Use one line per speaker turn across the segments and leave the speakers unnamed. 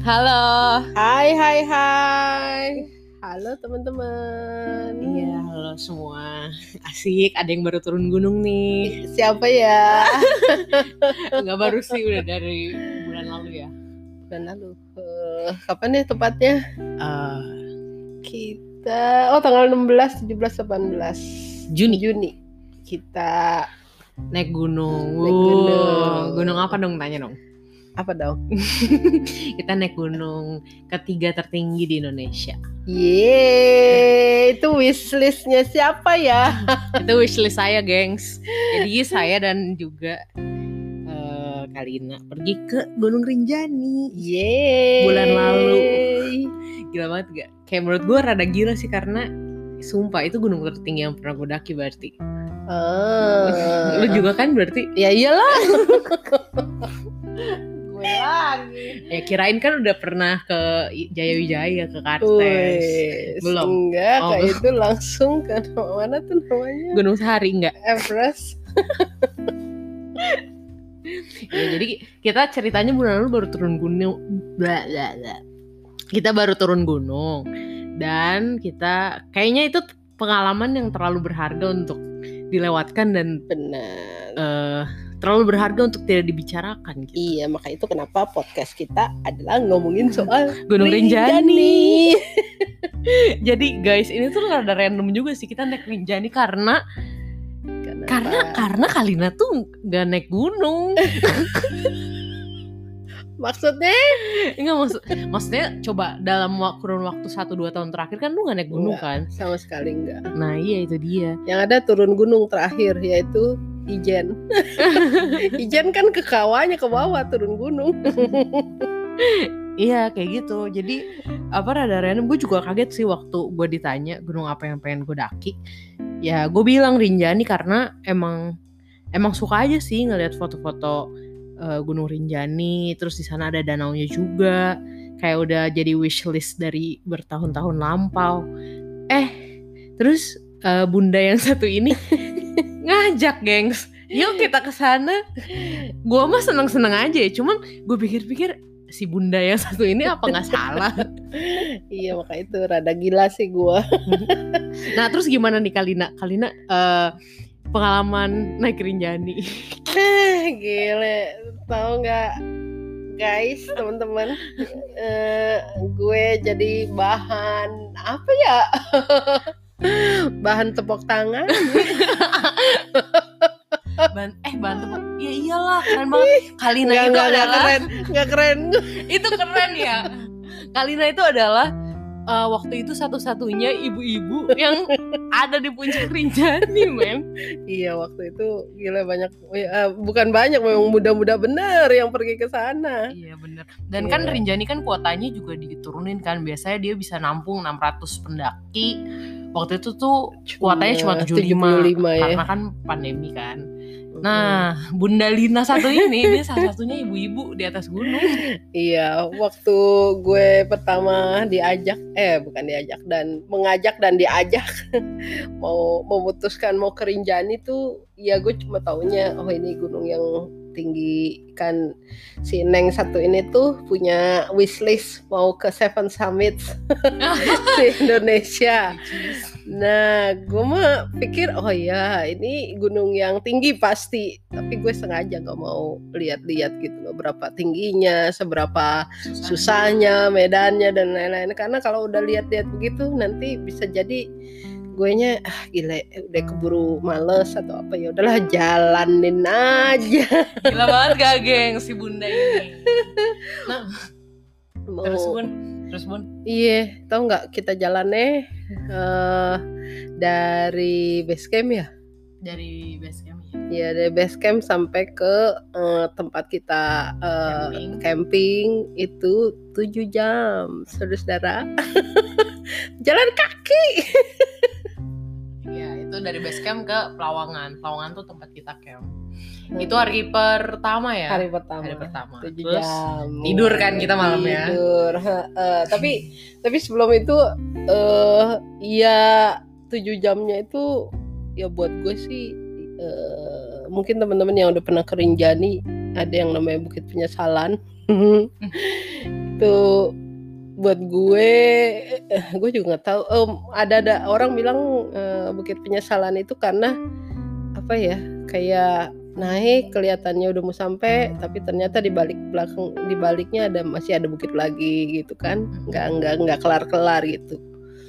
Halo.
Hai. Halo teman-teman.
Iya, halo semua. Asik, ada yang baru turun gunung nih.
Siapa ya?
Enggak baru sih, udah dari bulan lalu ya.
Bulan lalu. Kapan nih tepatnya? Kita tanggal 16, 17, 18 Juni. Kita
naik gunung. Gunung apa dong, tanya dong.
Apa dong?
Kita naik gunung ketiga tertinggi di Indonesia.
Yeay, itu wishlistnya siapa ya?
Itu wishlist saya, gengs. Jadi saya dan juga Kalina pergi ke Gunung Rinjani.
Yeay.
Bulan lalu. Gila banget gak? Kayak menurut gue rada gila sih, karena sumpah itu gunung tertinggi yang pernah gue daki berarti. Lu juga kan berarti?
Ya iyalah. Gue lagi.
Ya kirain kan udah pernah ke Jayawijaya, ke Kartes. Belum?
Enggak, kayak itu langsung ke mana tuh namanya?
Gunung Sahari enggak?
Everest.
Ya, jadi kita ceritanya bulan lalu baru turun gunung. Kita baru turun gunung. Dan kita kayaknya itu pengalaman yang terlalu berharga untuk dilewatkan dan terlalu berharga untuk tidak dibicarakan gitu.
Iya, maka itu kenapa podcast kita adalah ngomongin soal
Gunung Rinjani. Jadi guys, ini tuh rada random juga sih kita naik Rinjani karena Kalina tuh gak naik gunung.
Maksudnya?
Enggak, maksudnya coba dalam kurun waktu 1-2 tahun terakhir kan lu gak naik gunung kan?
Sama sekali enggak.
Nah iya itu dia.
Yang ada turun gunung terakhir yaitu Ijen. Ijen kan ke kawahnya ke bawah turun gunung.
Iya kayak gitu. Jadi rada random. Gue juga kaget sih waktu gue ditanya gunung apa yang pengen gue daki. Ya gue bilang Rinjani karena emang suka aja sih ngeliat foto-foto Gunung Rinjani, terus di sana ada danaunya juga, kayak udah jadi wishlist dari bertahun-tahun lampau. Terus bunda yang satu ini ngajak, gengs, yuk kita kesana. Gue mah seneng-seneng aja, cuman gue pikir-pikir si bunda yang satu ini apa nggak salah?
Iya, maka itu rada gila sih gue.
Nah terus gimana nih Kalina pengalaman naik Rinjani?
Gile, tahu nggak guys, teman-teman, gue jadi bahan apa ya? Bahan tepuk tangan.
Bahan tepuk. Ya iyalah, keren banget. Kalina itu adalah
nggak keren.
Itu keren ya. Kalina itu adalah waktu itu satu-satunya ibu-ibu yang ada di puncak Rinjani, men. Iya,
waktu itu gila banyak, bukan banyak, memang muda-muda bener yang pergi ke sana.
Iya bener. Dan kan Rinjani kan kuotanya juga diturunin kan. Biasanya dia bisa nampung 600 pendaki. Waktu itu tuh kuotanya cuma 75 karena kan pandemi kan. Nah, Bunda Lina satu ini dia salah satunya ibu-ibu di atas gunung.
Iya, waktu gue pertama mengajak dan diajak mau memutuskan mau ke Rinjani tuh, ya gue cuma taunya ini gunung yang tinggi kan. Si Neng satu ini tuh punya wishlist mau ke 7 Summits di Indonesia. Nah, gue mah pikir ini gunung yang tinggi pasti, tapi gue sengaja gak mau lihat-lihat gitu loh berapa tingginya, seberapa susahnya medannya dan lain-lain. Karena kalau udah lihat-lihat begitu nanti bisa jadi guenya gila udah keburu males atau apa, ya udahlah jalanin aja.
Gila banget gak, geng, si bunda ini. Nah, terus bun.
Iya, tau nggak kita jalannya dari base camp ya?
Dari base camp ya.
Iya, dari base camp sampai ke tempat kita camping itu 7 jam, saudara. Jalan kaki.
Iya, itu dari base camp ke Pelawangan. Pelawangan tuh tempat kita camp. Itu hari pertama ya?
Hari pertama.
7
Terus
jam. Tidur kan kita malamnya.
Tidur. Tapi sebelum itu ya 7 jamnya itu ya buat gue sih mungkin teman-teman yang udah pernah ke Rinjani ada yang namanya Bukit Penyesalan. itu buat gue juga nggak tahu. Ada orang bilang Bukit Penyesalan itu karena apa ya, kayak naik kelihatannya udah mau sampai, tapi ternyata di baliknya masih ada bukit lagi gitu kan, nggak kelar gitu.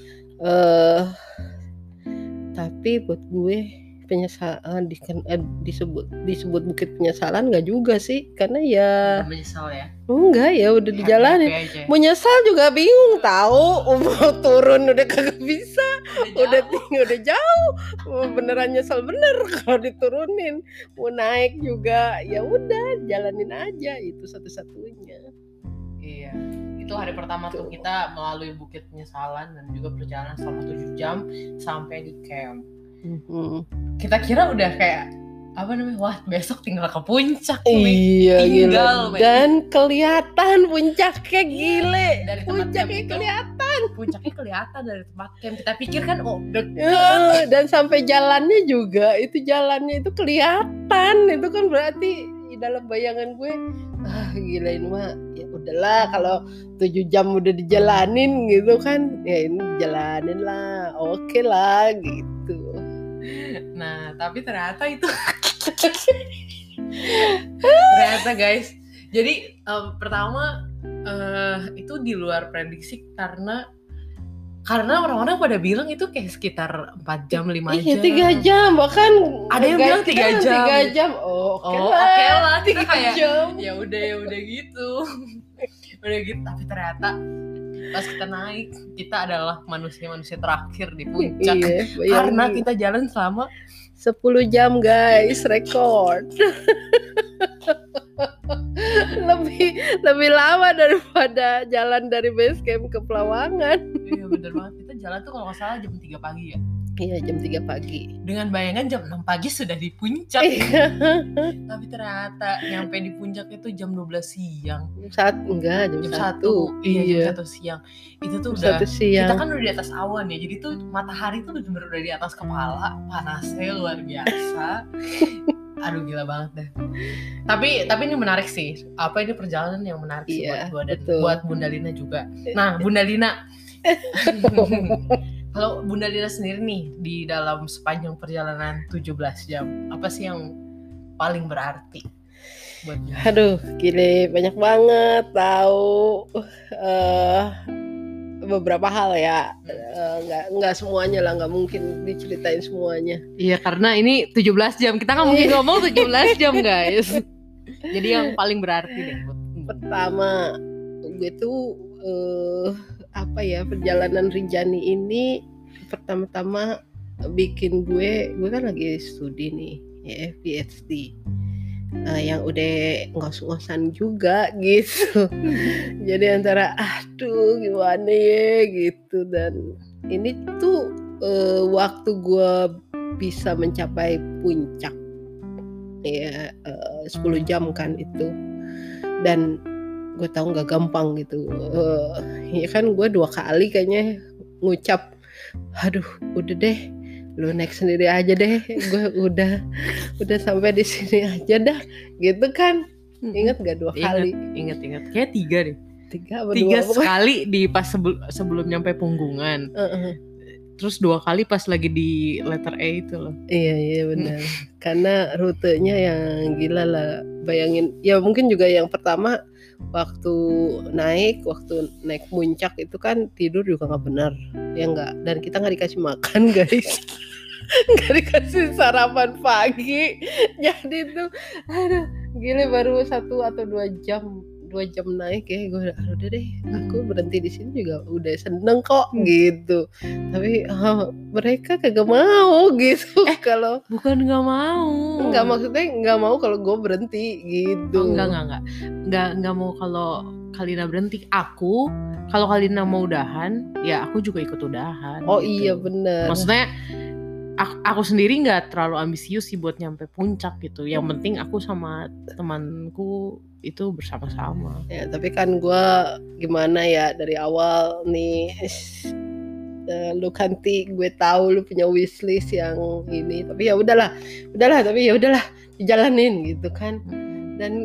Tapi buat gue penyesalan disebut Bukit Penyesalan nggak juga sih, karena ya
Udah menyesal ya.
enggak ya udah dijalanin. Mau nyesal juga bingung tahu, mau turun udah kagak bisa, udah jauh. Beneran nyesel bener kalau diturunin. Mau naik juga ya udah jalanin aja, itu satu-satunya.
Iya, itu hari pertama tuh kita melalui Bukit Penyesalan dan juga perjalanan selama 7 jam sampai di camp. Kita kira udah kayak apa namanya, wah besok tinggal ke puncak.
Iya,
tinggal
dan kelihatan puncaknya gile.
Dari puncaknya kelihatan dari tempat camp. Kita pikir kan deket.
Dan sampai jalannya juga, jalannya itu kelihatan. Itu kan berarti dalam bayangan gue, gila ini mah ya udahlah, kalau 7 jam udah dijalanin gitu kan, ya ini dijalanin lah, oke lah gitu.
Nah tapi ternyata itu ternyata guys, jadi pertama itu di luar prediksi karena orang-orang pada bilang itu kayak sekitar 4 jam 5 jam.
Iya 3 jam, bahkan
ada yang bilang 3 jam.
3 jam. Oke lah.
Kita kayak ya udah gitu. Udah gitu, tapi ternyata pas kita naik, kita adalah manusia terakhir di puncak. Karena kita jalan selama
10 jam guys, rekor. lebih lama daripada jalan dari base camp ke Pelawangan.
Iya bener banget, kita jalan tuh kalau nggak salah jam 3 pagi ya.
Iya jam 3 pagi.
Dengan bayangan jam 6 pagi sudah di puncak. Tapi ternyata nyampe di puncak itu jam 12 siang.
Jam 1.
Iya jam 1 siang. Itu tuh udah
siang.
Kita kan udah di atas awan ya. Jadi tuh matahari tuh bener-bener udah di atas kepala. Panasnya luar biasa. Aduh gila banget deh. Tapi ini menarik sih. Ini perjalanan yang menarik sih buat gue dan buat Bunda Lina juga. Nah Bunda Lina, kalau Bunda Lina sendiri nih di dalam sepanjang perjalanan 17 jam, apa sih yang paling berarti buat Bunda?
Aduh gile, banyak banget tahu. Beberapa hal ya, nggak semuanya lah, nggak mungkin diceritain semuanya.
Iya karena ini 17 jam, kita nggak mungkin ngomong 17 jam guys. Jadi yang paling berarti deh.
Pertama gue tuh perjalanan Rinjani ini pertama-tama bikin gue kan lagi studi nih ya, PhD. Yang udah ngos-ngosan juga gitu. Jadi antara aduh gimana ya gitu, dan ini tuh waktu gue bisa mencapai puncak ya 10 jam kan itu, dan gue tahu nggak gampang gitu. Ya kan gue 2 kali kayaknya ngucap, aduh udah deh lu naik sendiri aja deh, gue udah sampai di sini aja dah gitu kan. Ingat gak 2 kali?
Ingat kayak 3 deh.
3
sekali di pas sebelum nyampe Punggungan. Terus 2 kali pas lagi di letter A itu loh.
Iya benar. Karena rutenya yang gila lah. Bayangin ya, mungkin juga yang pertama waktu naik puncak itu kan tidur juga nggak benar ya, nggak, dan kita nggak dikasih makan guys. Nggak dikasih sarapan pagi, jadi tuh aduh gile, baru 1 atau 2 jam naik ya, gue udah deh, aku berhenti di sini juga udah seneng kok gitu. Tapi mereka kagak mau gitu. Kalau
bukan nggak mau,
nggak, maksudnya nggak mau kalau gue berhenti gitu.
Nggak mau kalau Kalina berhenti. Aku kalau Kalina mau udahan ya aku juga ikut udahan.
Oh
gitu.
Iya benar.
Maksudnya aku sendiri nggak terlalu ambisius sih buat nyampe puncak gitu. Yang penting aku sama temanku itu bersama-sama.
Ya tapi kan gue gimana ya, dari awal nih lu Kanti, gue tahu lu punya wishlist yang ini, tapi ya udahlah dijalanin gitu kan. Dan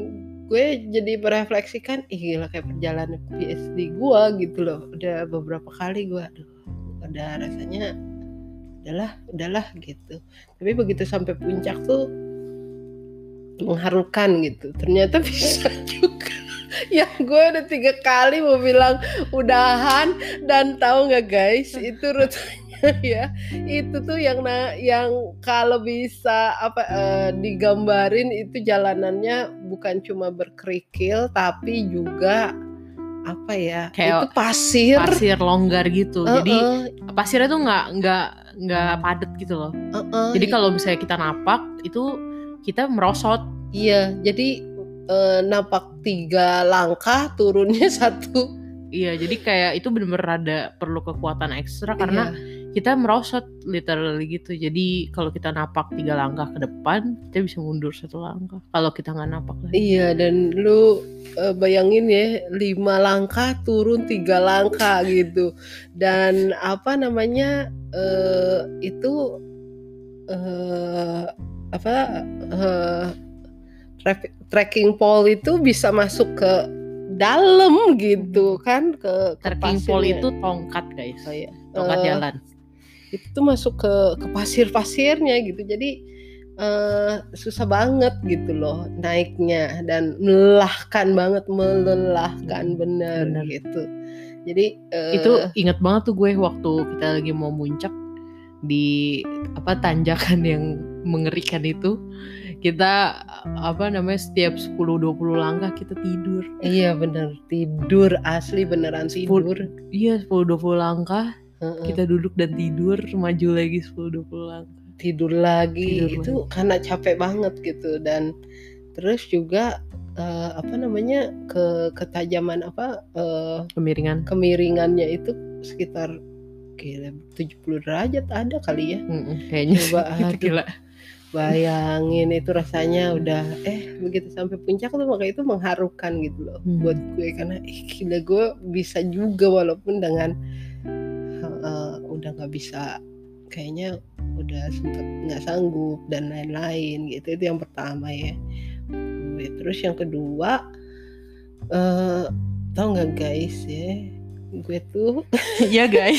gue jadi merefleksikan, gila kayak perjalanan PSD gue gitu loh. Udah beberapa kali gue, ada rasanya udahlah gitu. Tapi begitu sampai puncak tuh mengharukan gitu. Ternyata bisa juga. Ya gue udah 3 kali mau bilang udahan, dan tahu nggak guys, itu rutenya ya, itu tuh yang kalau bisa digambarin, itu jalanannya bukan cuma berkerikil tapi juga apa ya,
Kayak
itu pasir
longgar gitu. Jadi pasirnya tuh nggak padat gitu loh. Jadi kalau misalnya kita napak itu kita merosot.
Iya, jadi napak 3 langkah, turunnya 1.
Iya, jadi kayak itu bener-bener ada perlu kekuatan ekstra karena kita merosot literally gitu. Jadi kalau kita napak 3 langkah ke depan, kita bisa mundur 1 langkah. Kalau kita nggak napak lagi.
Iya, dan lu bayangin ya, 5 langkah turun 3 langkah gitu. Dan apa namanya, itu trekking pole itu bisa masuk ke dalam gitu kan, ke
Trekking pole itu tongkat guys. Tongkat jalan.
Itu tuh masuk ke pasir-pasirnya gitu. Jadi susah banget gitu loh naiknya, dan melelahkan bener. Gitu. Jadi
itu inget banget tuh gue waktu kita lagi mau muncak di tanjakan yang mengerikan itu, kita setiap 10-20 langkah kita tidur.
Iya bener, tidur, asli beneran tidur.
Iya, 10-20 langkah kita duduk dan tidur, maju lagi 10-20 langkah
tidur lagi. Itu karena capek banget gitu. Dan terus juga ketajaman kemiringannya itu sekitar 70 derajat ada kali ya.
Kayaknya
coba
gila.
Bayangin itu rasanya udah begitu sampai puncak tuh, makanya itu mengharukan gitu loh buat gue, karena gila gue bisa juga walaupun dengan udah nggak bisa, kayaknya udah sempet nggak sanggup dan lain-lain gitu. Itu yang pertama ya gue. Terus yang kedua, tau nggak guys ya, gue tuh
ya guys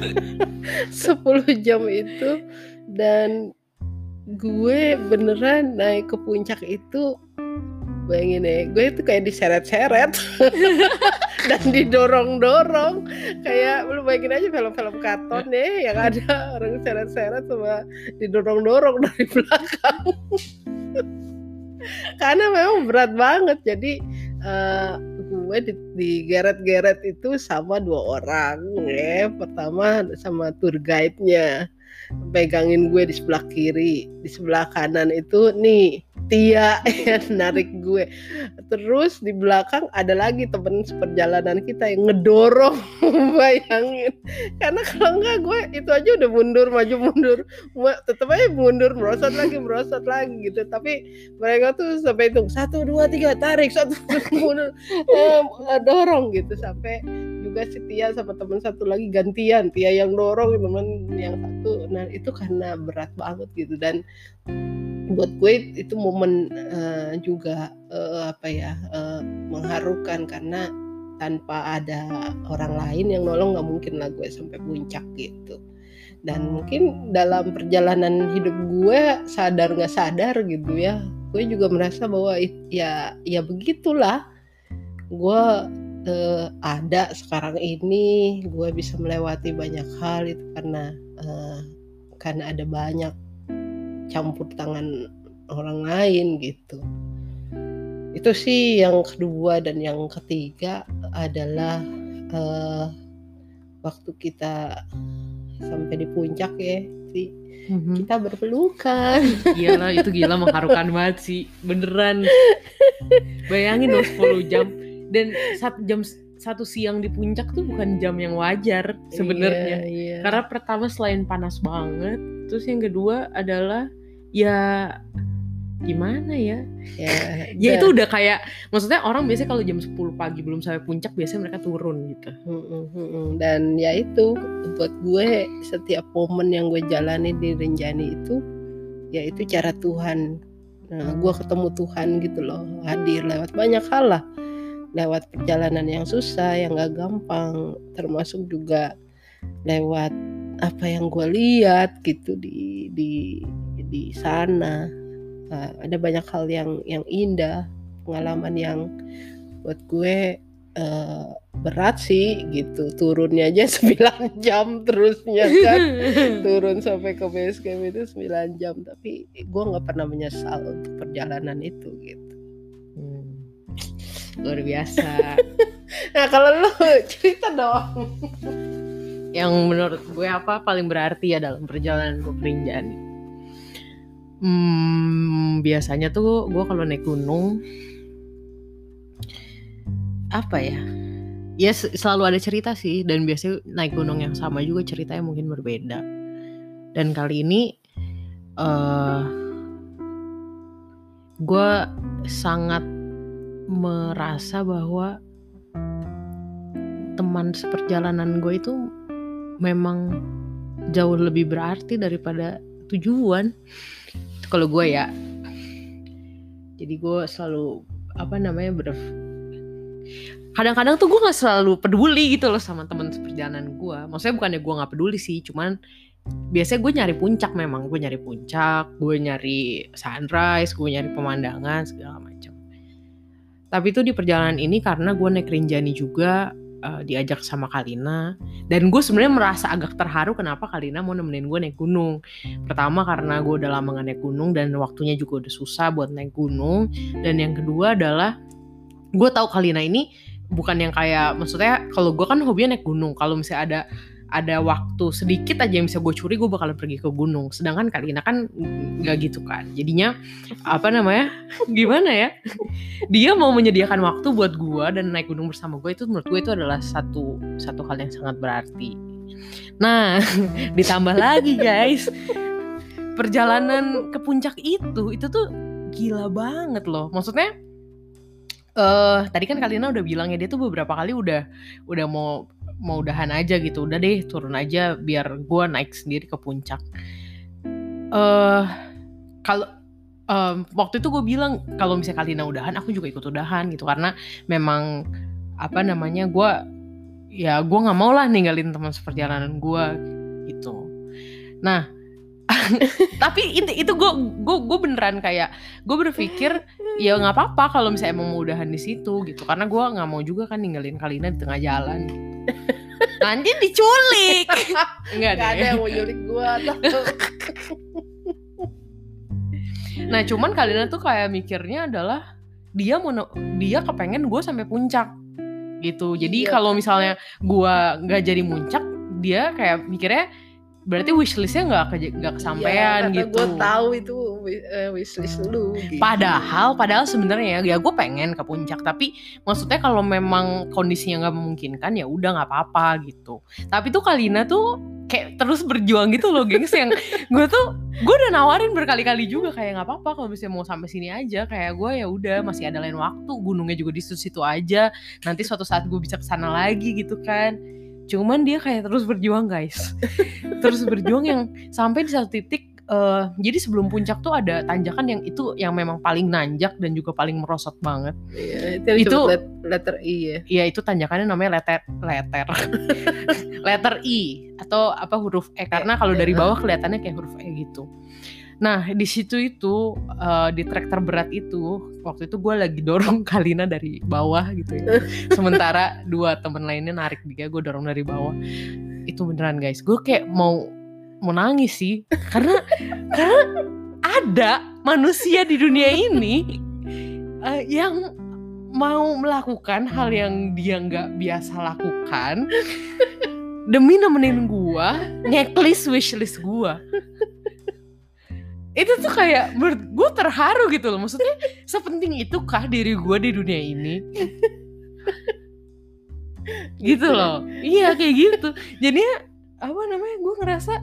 10 jam itu, dan gue beneran naik ke puncak itu, bayangin ya, gue itu kayak diseret-seret dan didorong-dorong, kayak lu bayangin aja film-film karton ya, yang ada orang seret-seret sama didorong-dorong dari belakang. Karena memang berat banget. Jadi gue digeret-geret itu sama 2 orang ya. Pertama sama tour guide-nya, pegangin gue di sebelah kiri, di sebelah kanan itu nih Tia yang narik gue. Terus di belakang ada lagi temen seperjalanan kita yang ngedorong. Bayangin, karena kalau enggak gue itu aja udah mundur, maju mundur, tetep aja mundur, merosot lagi gitu. Tapi mereka tuh sampai hitung 1, 2, 3 tarik, 1 mundur, dorong gitu, sampai juga si Tia sama teman satu lagi gantian, Tia yang dorong, teman yang satu. Nah itu karena berat banget gitu. Dan buat gue itu momen juga mengharukan, karena tanpa ada orang lain yang nolong nggak mungkin lah gue sampai puncak gitu. Dan mungkin dalam perjalanan hidup gue, sadar nggak sadar gitu ya, gue juga merasa bahwa ya begitulah gue ada sekarang ini. Gue bisa melewati banyak hal itu karena ada banyak campur tangan orang lain gitu. Itu sih yang kedua. Dan yang ketiga adalah waktu kita sampai di puncak ya, kita berpelukan.
Iyalah, itu gila, mengharukan banget sih, beneran. Bayangin dong 10 jam, dan 1 siang di puncak tuh bukan jam yang wajar sebenarnya.
Iya.
Karena pertama selain panas banget, terus yang kedua adalah ya gimana ya itu udah kayak, maksudnya orang biasanya kalau jam 10 pagi belum sampai puncak biasanya mereka turun gitu.
Dan ya itu buat gue, setiap momen yang gue jalani di Rinjani itu, ya itu cara Tuhan Nah, gue ketemu Tuhan gitu loh, hadir lewat banyak hal lah, lewat perjalanan yang susah, yang gak gampang, termasuk juga lewat apa yang gue lihat gitu di sana. Nah, ada banyak hal yang indah, pengalaman yang buat gue berat sih gitu, turunnya aja 9 jam terusnya kan. Turun sampai ke base camp itu 9 jam, tapi gue nggak pernah menyesal untuk perjalanan itu gitu.
Luar biasa.
Nah kalau lu cerita dong.
Yang menurut gue apa paling berarti ya dalam perjalanan gue ke Rinjani. Biasanya tuh gue kalau naik gunung apa ya? Ya selalu ada cerita sih, dan biasanya naik gunung yang sama juga ceritanya mungkin berbeda. Dan kali ini gue sangat merasa bahwa teman seperjalanan gue itu memang jauh lebih berarti daripada tujuan. Kalau gue ya, jadi gue selalu kadang-kadang tuh gue nggak selalu peduli gitu loh sama teman seperjalanan gue. Maksudnya bukannya gue nggak peduli sih, cuman biasanya gue nyari puncak, memang gue nyari puncak, gue nyari sunrise, gue nyari pemandangan segala macam. Tapi itu di perjalanan ini karena gue naik Rinjani juga, diajak sama Kalina, dan gue sebenarnya merasa agak terharu kenapa Kalina mau nemenin gue naik gunung. Pertama karena gue udah lama gak naik gunung dan waktunya juga udah susah buat naik gunung, dan yang kedua adalah gue tahu Kalina ini bukan yang kayak, maksudnya kalau gue kan hobinya naik gunung, kalau misalnya ada waktu sedikit aja yang bisa gue curi, gue bakalan pergi ke gunung. Sedangkan Kalina kan nggak gitu kan. Jadinya gimana ya? Dia mau menyediakan waktu buat gue dan naik gunung bersama gue, itu menurut gue itu adalah satu hal yang sangat berarti. Nah, ditambah lagi guys, perjalanan ke puncak itu tuh gila banget loh. Maksudnya tadi kan Kalina udah bilang ya, dia tuh beberapa kali udah mau udahan aja gitu, udah deh turun aja biar gue naik sendiri ke puncak. Kalau waktu itu gue bilang kalau misalnya Kalina udahan, aku juga ikut udahan gitu, karena memang gue nggak mau lah ninggalin teman seperjalanan gue gitu. Nah tapi itu gue beneran kayak gue berpikir ya nggak apa-apa kalau misalnya emang mau udahan di situ gitu, karena gue nggak mau juga kan ninggalin Kalina di tengah jalan gitu. Nanti diculik. Nggak
ada yang mau nyulik gue.
Nah cuman Kalina tuh kayak mikirnya adalah dia kepengen gue sampai puncak gitu. Jadi kalau misalnya gue nggak jadi puncak, dia kayak mikirnya berarti wishlistnya nggak kesampaian ya, gitu.
Gue tahu itu wishlist lu. Gitu.
Padahal sebenarnya ya gue pengen ke puncak, tapi maksudnya kalau memang kondisinya nggak memungkinkan ya udah nggak apa-apa gitu. Tapi tuh Kalina tuh kayak terus berjuang gitu loh, gengs, yang gue udah nawarin berkali-kali juga kayak nggak apa-apa kalau misalnya mau sampai sini aja, kayak gue ya udah masih ada lain waktu, gunungnya juga di situ aja, nanti suatu saat gue bisa kesana lagi gitu kan. Cuman dia kayak terus berjuang guys, terus berjuang yang sampai di satu titik. Jadi sebelum puncak tuh ada tanjakan yang memang paling nanjak dan juga paling merosot banget.
Iya, itu letter I ya.
Iya, itu tanjakannya namanya letter I atau huruf E, karena kalau dari bawah kelihatannya kayak huruf E gitu. Nah di situ itu di trek terberat itu waktu itu gue lagi dorong Kalina dari bawah gitu ya. Sementara 2 temen lainnya narik dia, gue dorong dari bawah. Itu beneran guys, gue kayak mau nangis sih, karena ada manusia di dunia ini yang mau melakukan hal yang dia nggak biasa lakukan demi nemenin gue ngeklist wishlist gue. Itu tuh kayak menurut gue terharu gitu loh. Maksudnya sepenting itukah diri gue di dunia ini? Gitu loh. Iya kayak gitu. Jadinya gue ngerasa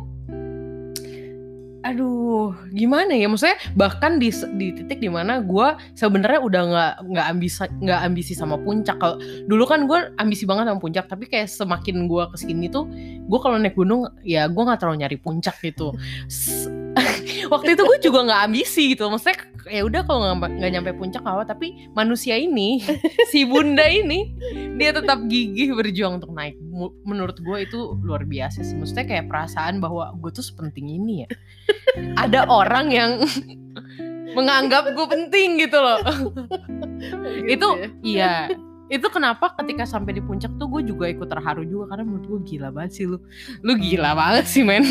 aduh gimana ya, maksudnya bahkan di titik dimana gue sebenarnya udah nggak ambisi sama puncak. Kalau dulu kan gue ambisi banget sama puncak, tapi kayak semakin gue kesini tuh gue kalau naik gunung ya gue nggak terlalu nyari puncak gitu. Waktu itu gue juga nggak ambisi gitu, maksudnya ya udah kalau nggak nyampe puncak apa, tapi manusia ini si bunda ini dia tetap gigih berjuang untuk naik. Menurut gue itu luar biasa sih, maksudnya kayak perasaan bahwa gue tuh sepenting ini ya, ada orang yang menganggap gue penting gitu loh. Itu iya, itu kenapa ketika sampai di puncak tuh gue juga ikut terharu juga, karena menurut gue gila banget sih lu gila banget sih men.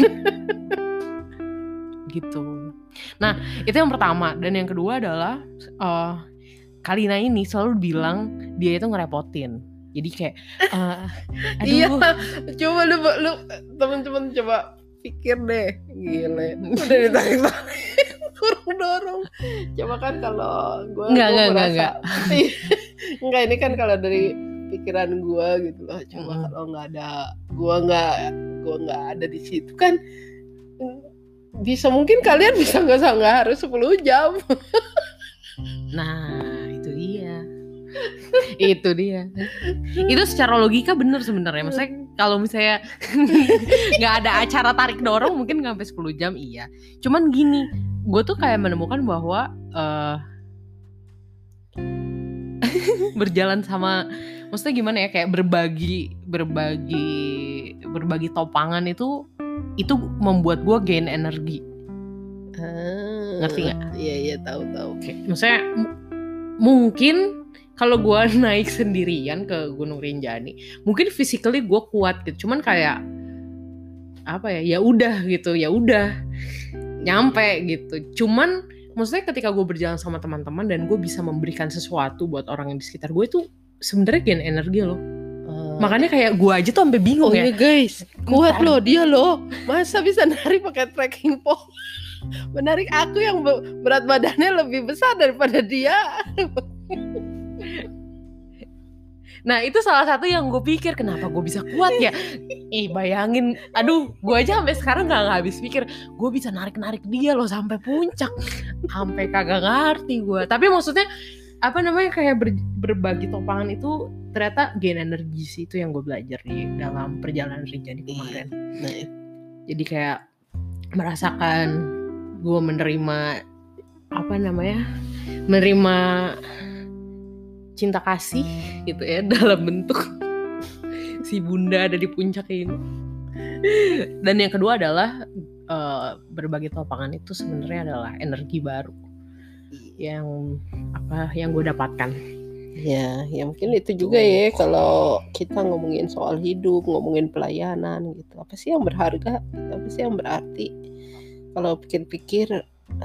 Gitu. Nah itu yang pertama, dan yang kedua adalah Kalina ini selalu bilang dia itu ngerepotin. Jadi kayak aduh.
Iya, coba lu teman-teman coba pikir deh, gile udah ditarik-tarik kurang dorong. Coba kan kalau gue merasa enggak, ini kan kalau dari pikiran gue gitu loh. Coba kalau nggak ada gue nggak ada di situ kan, bisa mungkin kalian bisa nggak harus 10 jam.
Nah itu dia. Itu dia. Itu secara logika bener sebenarnya. Maksudnya kalau misalnya nggak ada acara tarik dorong mungkin nggak sampai 10 jam, iya. Cuman gini, gue tuh kayak menemukan bahwa berjalan sama, maksudnya gimana ya, kayak berbagi topangan itu membuat gue gain energi. Ngerti nggak?
Iya tahu.
Maksudnya mungkin kalau gue naik sendirian ke Gunung Rinjani, mungkin physically gue kuat gitu, cuman kayak apa ya udah gitu, ya udah nyampe gitu. Cuman maksudnya ketika gue berjalan sama teman-teman dan gue bisa memberikan sesuatu buat orang yang di sekitar gue, itu sebenarnya gain energi loh. Makanya kayak gue aja tuh sampai bingung ya.
Iya guys, kuat loh dia loh. Masa bisa narik pakai trekking pole? Menarik aku yang berat badannya lebih besar daripada dia.
Nah itu salah satu yang gue pikir, kenapa gue bisa kuat ya. Bayangin, aduh gue aja sampai sekarang gak habis pikir gue bisa narik dia loh sampai puncak. Sampai kagak ngerti gue. Tapi maksudnya apa namanya, kayak berbagi topangan itu ternyata gain energi sih. Itu yang gue belajar di dalam perjalanan Rinjani kemarin.
Nah,
jadi kayak merasakan gue menerima apa namanya, menerima cinta kasih gitu ya, dalam bentuk si bunda ada di puncak ini. Dan yang kedua adalah berbagi topangan itu sebenarnya adalah energi baru yang gue dapatkan.
Ya mungkin itu juga ya, kalau kita ngomongin soal hidup, ngomongin pelayanan gitu, apa sih yang berharga, apa sih yang berarti. Kalau pikir-pikir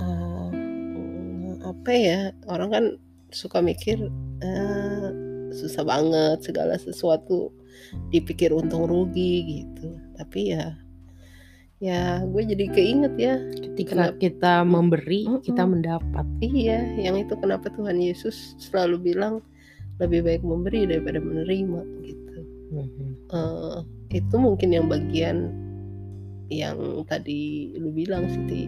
apa ya, orang kan suka mikir susah banget segala sesuatu dipikir untung rugi gitu. Tapi ya gue jadi keinget ya,
ketika kita memberi kita mendapat.
Iya, yang itu kenapa Tuhan Yesus selalu bilang lebih baik memberi daripada menerima gitu. Itu mungkin yang bagian yang tadi lu bilang Siti.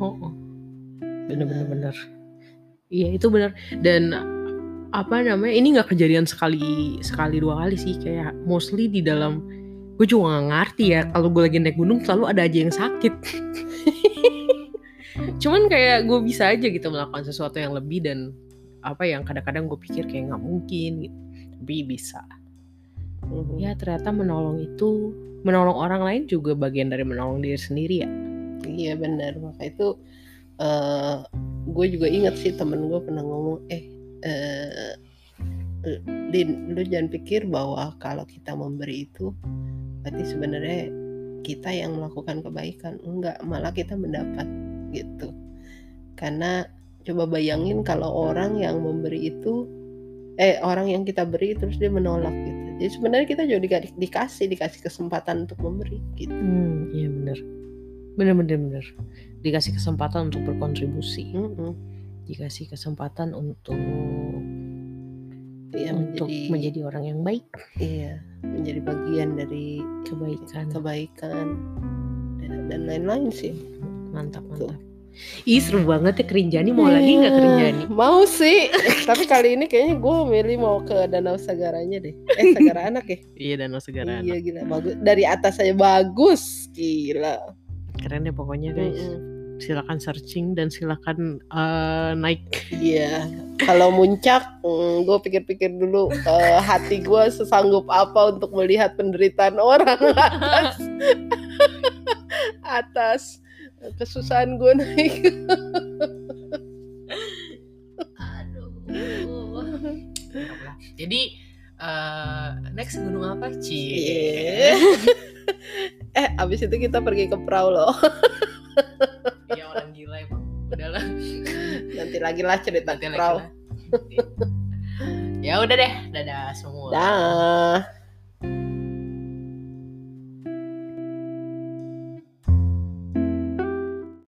Bener. Iya itu benar. Dan apa namanya, ini nggak kejadian sekali 2 kali sih, kayak mostly di dalam, gue juga nggak ngerti ya, kalau gue lagi naik gunung selalu ada aja yang sakit. Cuman kayak gue bisa aja gitu melakukan sesuatu yang lebih, dan apa yang kadang-kadang gue pikir kayak nggak mungkin gitu, tapi bisa. Ya ternyata menolong orang lain juga bagian dari menolong diri sendiri ya.
Iya benar, maka itu gue juga ingat sih temen gue pernah ngomong, Din, lu jangan pikir bahwa kalau kita memberi itu berarti sebenarnya kita yang melakukan kebaikan. Enggak, malah kita mendapat gitu. Karena coba bayangin kalau orang yang memberi itu orang yang kita beri terus dia menolak gitu. Jadi sebenarnya kita juga dikasih kesempatan untuk memberi gitu.
Iya benar. Dikasih kesempatan untuk berkontribusi. Dikasih kesempatan untuk menjadi orang yang baik. Iya,
menjadi bagian dari kebaikan dan lain-lain sih.
Mantap. Ih seru banget ya ke Rinjani. Mau lagi nggak ke Rinjani?
Mau sih. Tapi kali ini kayaknya gue milih mau ke Danau Sagaranya deh. Sagara Anak ya.
Iya, Danau Sagara Anak.
Iya gila, bagus. Dari atas aja bagus, gila.
Keren deh pokoknya guys. silakan searching dan silakan naik.
Iya, kalau muncak, gue pikir-pikir dulu hati gue sesanggup apa untuk melihat penderitaan orang atas kesusahan gue naik.
Aduh. Jadi next gunung apa, Cie?
Abis itu kita pergi ke perahu loh.
Iya, orang gila emang. Udahlah.
Nanti lagi lah cerita
Nanti
perahu.
Ya udah deh, dadah semua.
Dah.